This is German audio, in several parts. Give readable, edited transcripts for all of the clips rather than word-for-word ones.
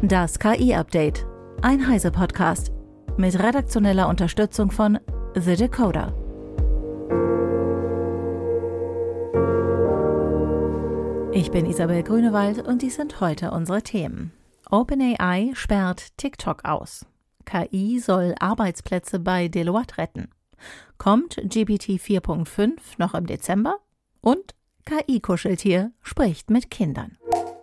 Das KI-Update, ein Heise-Podcast mit redaktioneller Unterstützung von The Decoder. Ich bin Isabel Grünewald und dies sind heute unsere Themen. OpenAI sperrt TikTok aus. KI soll Arbeitsplätze bei Deloitte retten. Kommt GPT 4.5 noch im Dezember? Und KI-Kuscheltier spricht mit Kindern.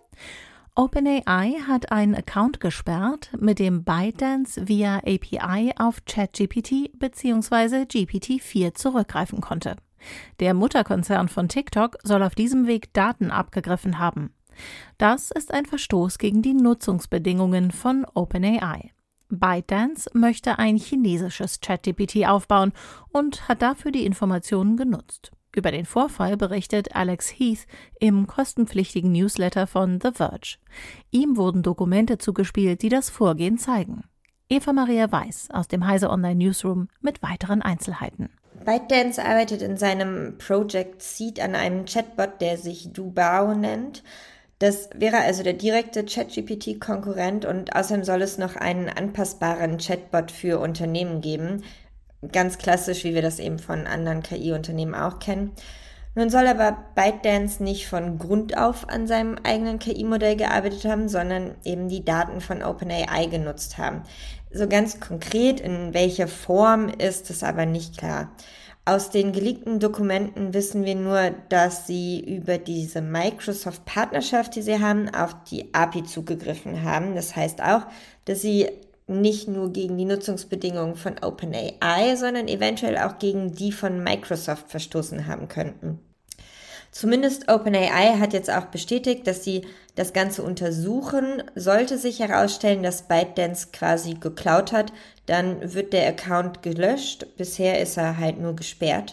OpenAI hat einen Account gesperrt, mit dem ByteDance via API auf ChatGPT bzw. GPT-4 zurückgreifen konnte. Der Mutterkonzern von TikTok soll auf diesem Weg Daten abgegriffen haben. Das ist ein Verstoß gegen die Nutzungsbedingungen von OpenAI. ByteDance möchte ein chinesisches ChatGPT aufbauen und hat dafür die Informationen genutzt. Über den Vorfall berichtet Alex Heath im kostenpflichtigen Newsletter von The Verge. Ihm wurden Dokumente zugespielt, die das Vorgehen zeigen. Eva Maria Weiß aus dem Heise Online Newsroom mit weiteren Einzelheiten. ByteDance arbeitet in seinem Project Seed an einem Chatbot, der sich Dubao nennt. Das wäre also der direkte ChatGPT-Konkurrent und außerdem soll es noch einen anpassbaren Chatbot für Unternehmen geben. Ganz klassisch, wie wir das eben von anderen KI-Unternehmen auch kennen. Nun soll aber ByteDance nicht von Grund auf an seinem eigenen KI-Modell gearbeitet haben, sondern eben die Daten von OpenAI genutzt haben. So ganz konkret, in welcher Form, ist es aber nicht klar. Aus den geleakten Dokumenten wissen wir nur, dass sie über diese Microsoft-Partnerschaft, die sie haben, auf die API zugegriffen haben. Das heißt auch, dass sie nicht nur gegen die Nutzungsbedingungen von OpenAI, sondern eventuell auch gegen die von Microsoft verstoßen haben könnten. Zumindest OpenAI hat jetzt auch bestätigt, dass sie das Ganze untersuchen. Sollte sich herausstellen, dass ByteDance quasi geklaut hat, dann wird der Account gelöscht. Bisher ist er halt nur gesperrt.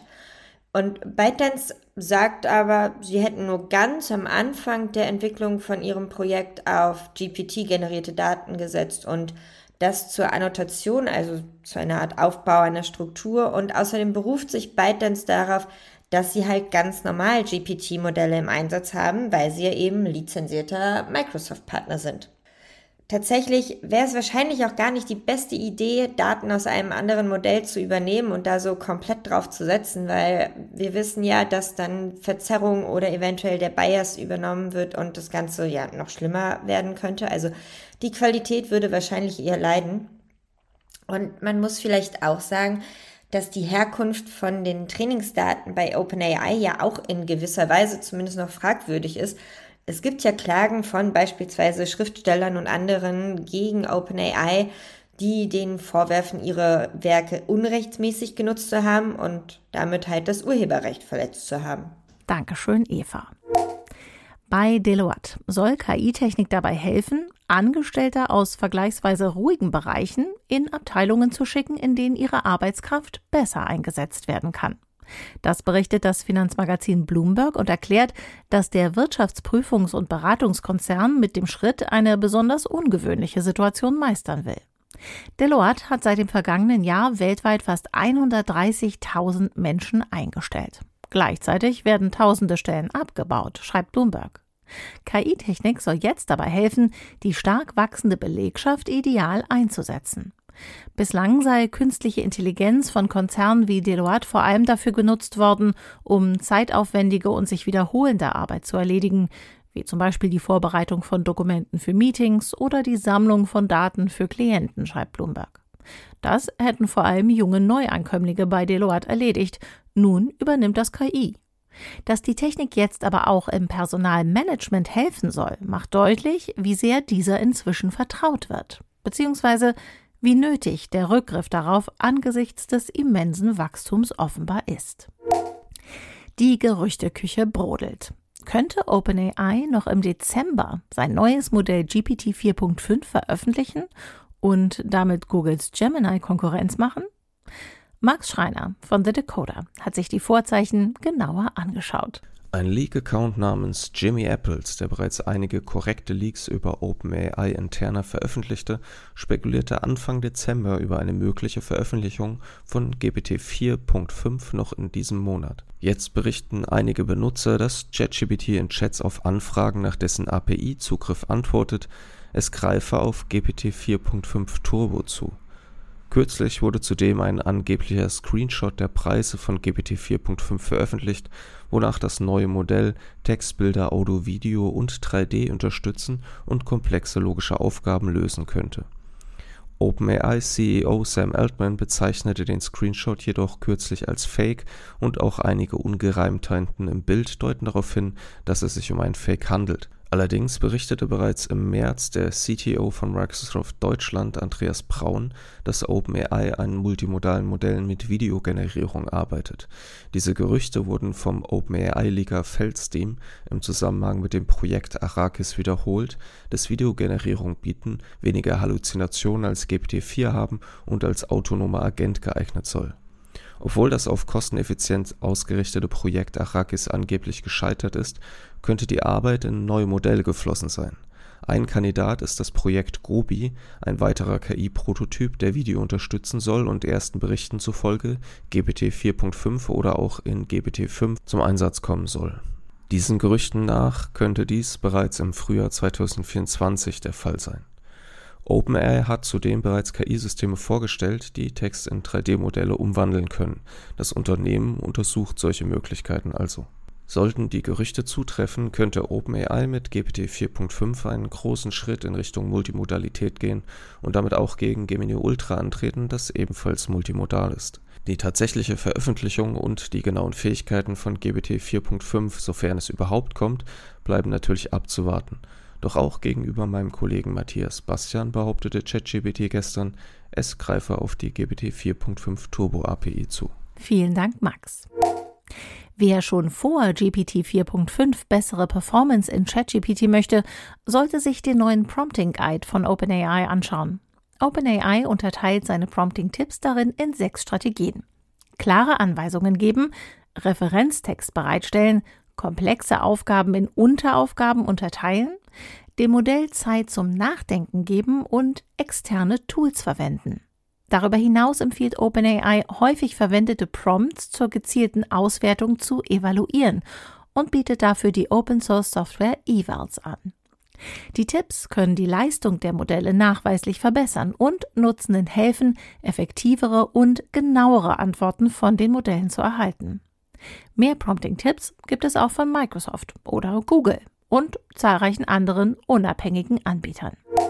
Und ByteDance sagt aber, sie hätten nur ganz am Anfang der Entwicklung von ihrem Projekt auf GPT-generierte Daten gesetzt und das zur Annotation, also zu einer Art Aufbau einer Struktur. Und außerdem beruft sich ByteDance darauf, dass sie halt ganz normal GPT-Modelle im Einsatz haben, weil sie ja eben lizenzierter Microsoft-Partner sind. Tatsächlich wäre es wahrscheinlich auch gar nicht die beste Idee, Daten aus einem anderen Modell zu übernehmen und da so komplett drauf zu setzen, weil wir wissen ja, dass dann Verzerrung oder eventuell der Bias übernommen wird und das Ganze ja noch schlimmer werden könnte. Also die Qualität würde wahrscheinlich eher leiden. Und man muss vielleicht auch sagen, dass die Herkunft von den Trainingsdaten bei OpenAI ja auch in gewisser Weise zumindest noch fragwürdig ist. Es gibt ja Klagen von beispielsweise Schriftstellern und anderen gegen OpenAI, die denen vorwerfen, ihre Werke unrechtmäßig genutzt zu haben und damit halt das Urheberrecht verletzt zu haben. Dankeschön, Eva. Bei Deloitte soll KI-Technik dabei helfen, Angestellte aus vergleichsweise ruhigen Bereichen in Abteilungen zu schicken, in denen ihre Arbeitskraft besser eingesetzt werden kann. Das berichtet das Finanzmagazin Bloomberg und erklärt, dass der Wirtschaftsprüfungs- und Beratungskonzern mit dem Schritt eine besonders ungewöhnliche Situation meistern will. Deloitte hat seit dem vergangenen Jahr weltweit fast 130.000 Menschen eingestellt. Gleichzeitig werden tausende Stellen abgebaut, schreibt Bloomberg. KI-Technik soll jetzt dabei helfen, die stark wachsende Belegschaft ideal einzusetzen. Bislang sei künstliche Intelligenz von Konzernen wie Deloitte vor allem dafür genutzt worden, um zeitaufwendige und sich wiederholende Arbeit zu erledigen, wie zum Beispiel die Vorbereitung von Dokumenten für Meetings oder die Sammlung von Daten für Klienten, schreibt Bloomberg. Das hätten vor allem junge Neuankömmlinge bei Deloitte erledigt. Nun übernimmt das KI. Dass die Technik jetzt aber auch im Personalmanagement helfen soll, macht deutlich, wie sehr dieser inzwischen vertraut wird, beziehungsweise wie nötig der Rückgriff darauf angesichts des immensen Wachstums offenbar ist. Die Gerüchteküche brodelt. Könnte OpenAI noch im Dezember sein neues Modell GPT 4.5 veröffentlichen und damit Googles Gemini Konkurrenz machen? Max Schreiner von The Decoder hat sich die Vorzeichen genauer angeschaut. Ein Leak-Account namens Jimmy Apples, der bereits einige korrekte Leaks über OpenAI interner veröffentlichte, spekulierte Anfang Dezember über eine mögliche Veröffentlichung von GPT 4.5 noch in diesem Monat. Jetzt berichten einige Benutzer, dass ChatGPT in Chats auf Anfragen nach dessen API-Zugriff antwortet. es greife auf GPT-4.5 Turbo zu. Kürzlich wurde zudem ein angeblicher Screenshot der Preise von GPT-4.5 veröffentlicht, wonach das neue Modell Text, Bilder, Audio, Video und 3D unterstützen und komplexe logische Aufgaben lösen könnte. OpenAI-CEO Sam Altman bezeichnete den Screenshot jedoch kürzlich als Fake und auch einige Ungereimtheiten im Bild deuten darauf hin, dass es sich um ein Fake handelt. Allerdings berichtete bereits im März der CTO von Microsoft Deutschland, Andreas Braun, dass OpenAI an multimodalen Modellen mit Videogenerierung arbeitet. Diese Gerüchte wurden vom OpenAI-Leaker Feldstein im Zusammenhang mit dem Projekt Arrakis wiederholt, das Videogenerierung bieten, weniger Halluzinationen als GPT-4 haben und als autonomer Agent geeignet soll. Obwohl das auf kosteneffizient ausgerichtete Projekt Arrakis angeblich gescheitert ist, könnte die Arbeit in neue Modelle geflossen sein. Ein Kandidat ist das Projekt Gobi, ein weiterer KI-Prototyp, der Video unterstützen soll und ersten Berichten zufolge GPT 4.5 oder auch in GPT 5 zum Einsatz kommen soll. Diesen Gerüchten nach könnte dies bereits im Frühjahr 2024 der Fall sein. OpenAI hat zudem bereits KI-Systeme vorgestellt, die Text in 3D-Modelle umwandeln können. Das Unternehmen untersucht solche Möglichkeiten also. Sollten die Gerüchte zutreffen, könnte OpenAI mit GPT 4.5 einen großen Schritt in Richtung Multimodalität gehen und damit auch gegen Gemini Ultra antreten, das ebenfalls multimodal ist. Die tatsächliche Veröffentlichung und die genauen Fähigkeiten von GPT 4.5, sofern es überhaupt kommt, bleiben natürlich abzuwarten. Doch auch gegenüber meinem Kollegen Matthias Bastian behauptete ChatGPT gestern, es greife auf die GPT 4.5 Turbo API zu. Vielen Dank, Max. Wer schon vor GPT 4.5 bessere Performance in ChatGPT möchte, sollte sich den neuen Prompting Guide von OpenAI anschauen. OpenAI unterteilt seine Prompting-Tipps darin in 6 Strategien. Klare Anweisungen geben, Referenztext bereitstellen, komplexe Aufgaben in Unteraufgaben unterteilen, dem Modell Zeit zum Nachdenken geben und externe Tools verwenden. Darüber hinaus empfiehlt OpenAI, häufig verwendete Prompts zur gezielten Auswertung zu evaluieren und bietet dafür die Open-Source-Software Evals an. Die Tipps können die Leistung der Modelle nachweislich verbessern und Nutzenden helfen, effektivere und genauere Antworten von den Modellen zu erhalten. Mehr Prompting-Tipps gibt es auch von Microsoft oder Google und zahlreichen anderen unabhängigen Anbietern.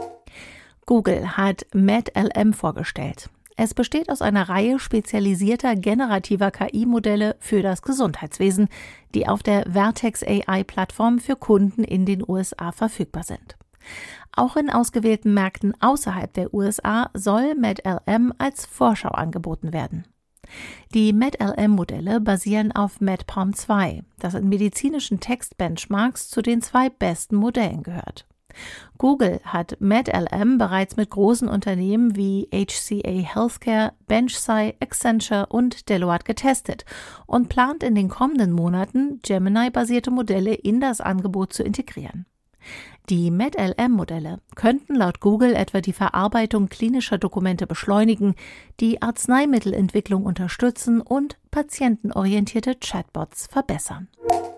Google hat MedLM vorgestellt. Es besteht aus einer Reihe spezialisierter generativer KI-Modelle für das Gesundheitswesen, die auf der Vertex AI-Plattform für Kunden in den USA verfügbar sind. Auch in ausgewählten Märkten außerhalb der USA soll MedLM als Vorschau angeboten werden. Die MedLM-Modelle basieren auf MedPalm 2, das in medizinischen Textbenchmarks zu den 2 besten Modellen gehört. Google hat MedLM bereits mit großen Unternehmen wie HCA Healthcare, BenchSci, Accenture und Deloitte getestet und plant in den kommenden Monaten, Gemini-basierte Modelle in das Angebot zu integrieren. Die MedLM-Modelle könnten laut Google etwa die Verarbeitung klinischer Dokumente beschleunigen, die Arzneimittelentwicklung unterstützen und patientenorientierte Chatbots verbessern.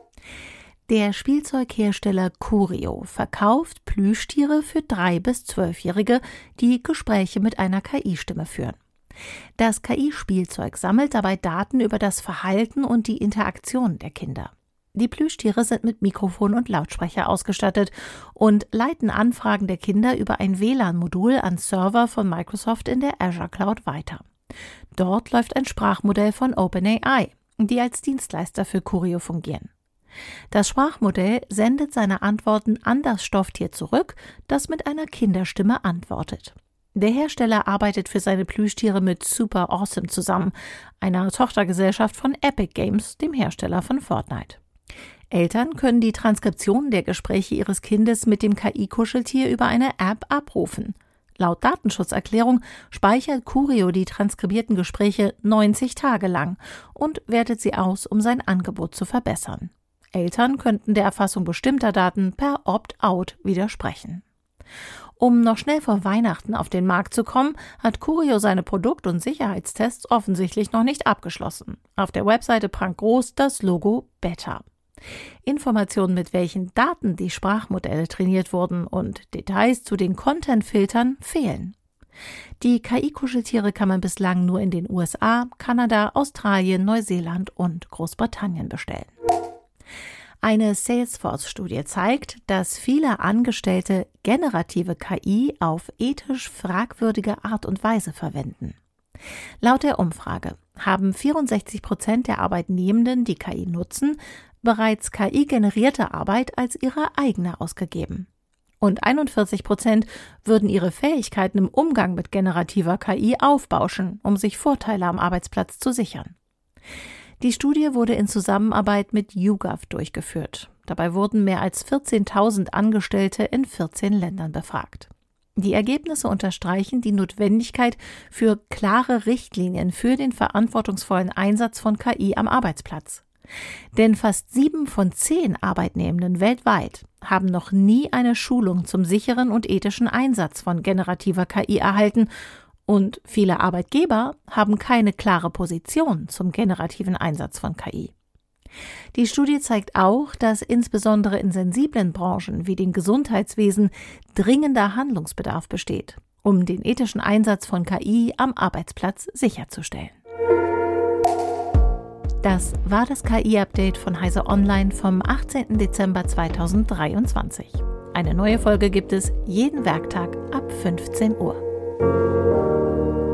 Der Spielzeughersteller Curio verkauft Plüschtiere für 3- bis 12-Jährige, die Gespräche mit einer KI-Stimme führen. Das KI-Spielzeug sammelt dabei Daten über das Verhalten und die Interaktion der Kinder. Die Plüschtiere sind mit Mikrofon und Lautsprecher ausgestattet und leiten Anfragen der Kinder über ein WLAN-Modul an Server von Microsoft in der Azure Cloud weiter. Dort läuft ein Sprachmodell von OpenAI, die als Dienstleister für Curio fungieren. Das Sprachmodell sendet seine Antworten an das Stofftier zurück, das mit einer Kinderstimme antwortet. Der Hersteller arbeitet für seine Plüschtiere mit Super Awesome zusammen, einer Tochtergesellschaft von Epic Games, dem Hersteller von Fortnite. Eltern können die Transkription der Gespräche ihres Kindes mit dem KI-Kuscheltier über eine App abrufen. Laut Datenschutzerklärung speichert Curio die transkribierten Gespräche 90 Tage lang und wertet sie aus, um sein Angebot zu verbessern. Eltern könnten der Erfassung bestimmter Daten per Opt-out widersprechen. Um noch schnell vor Weihnachten auf den Markt zu kommen, hat Curio seine Produkt- und Sicherheitstests offensichtlich noch nicht abgeschlossen. Auf der Webseite prangt groß das Logo Beta. Informationen, mit welchen Daten die Sprachmodelle trainiert wurden und Details zu den Content-Filtern fehlen. Die KI-Kuscheltiere kann man bislang nur in den USA, Kanada, Australien, Neuseeland und Großbritannien bestellen. Eine Salesforce-Studie zeigt, dass viele Angestellte generative KI auf ethisch fragwürdige Art und Weise verwenden. Laut der Umfrage haben 64% der Arbeitnehmenden, die KI nutzen, bereits KI-generierte Arbeit als ihre eigene ausgegeben. Und 41% würden ihre Fähigkeiten im Umgang mit generativer KI aufbauschen, um sich Vorteile am Arbeitsplatz zu sichern. Die Studie wurde in Zusammenarbeit mit YouGov durchgeführt. Dabei wurden mehr als 14.000 Angestellte in 14 Ländern befragt. Die Ergebnisse unterstreichen die Notwendigkeit für klare Richtlinien für den verantwortungsvollen Einsatz von KI am Arbeitsplatz. Denn fast 7 von 10 Arbeitnehmenden weltweit haben noch nie eine Schulung zum sicheren und ethischen Einsatz von generativer KI erhalten und viele Arbeitgeber haben keine klare Position zum generativen Einsatz von KI. Die Studie zeigt auch, dass insbesondere in sensiblen Branchen wie dem Gesundheitswesen dringender Handlungsbedarf besteht, um den ethischen Einsatz von KI am Arbeitsplatz sicherzustellen. Das war das KI-Update von Heise Online vom 18. Dezember 2023. Eine neue Folge gibt es jeden Werktag ab 15 Uhr.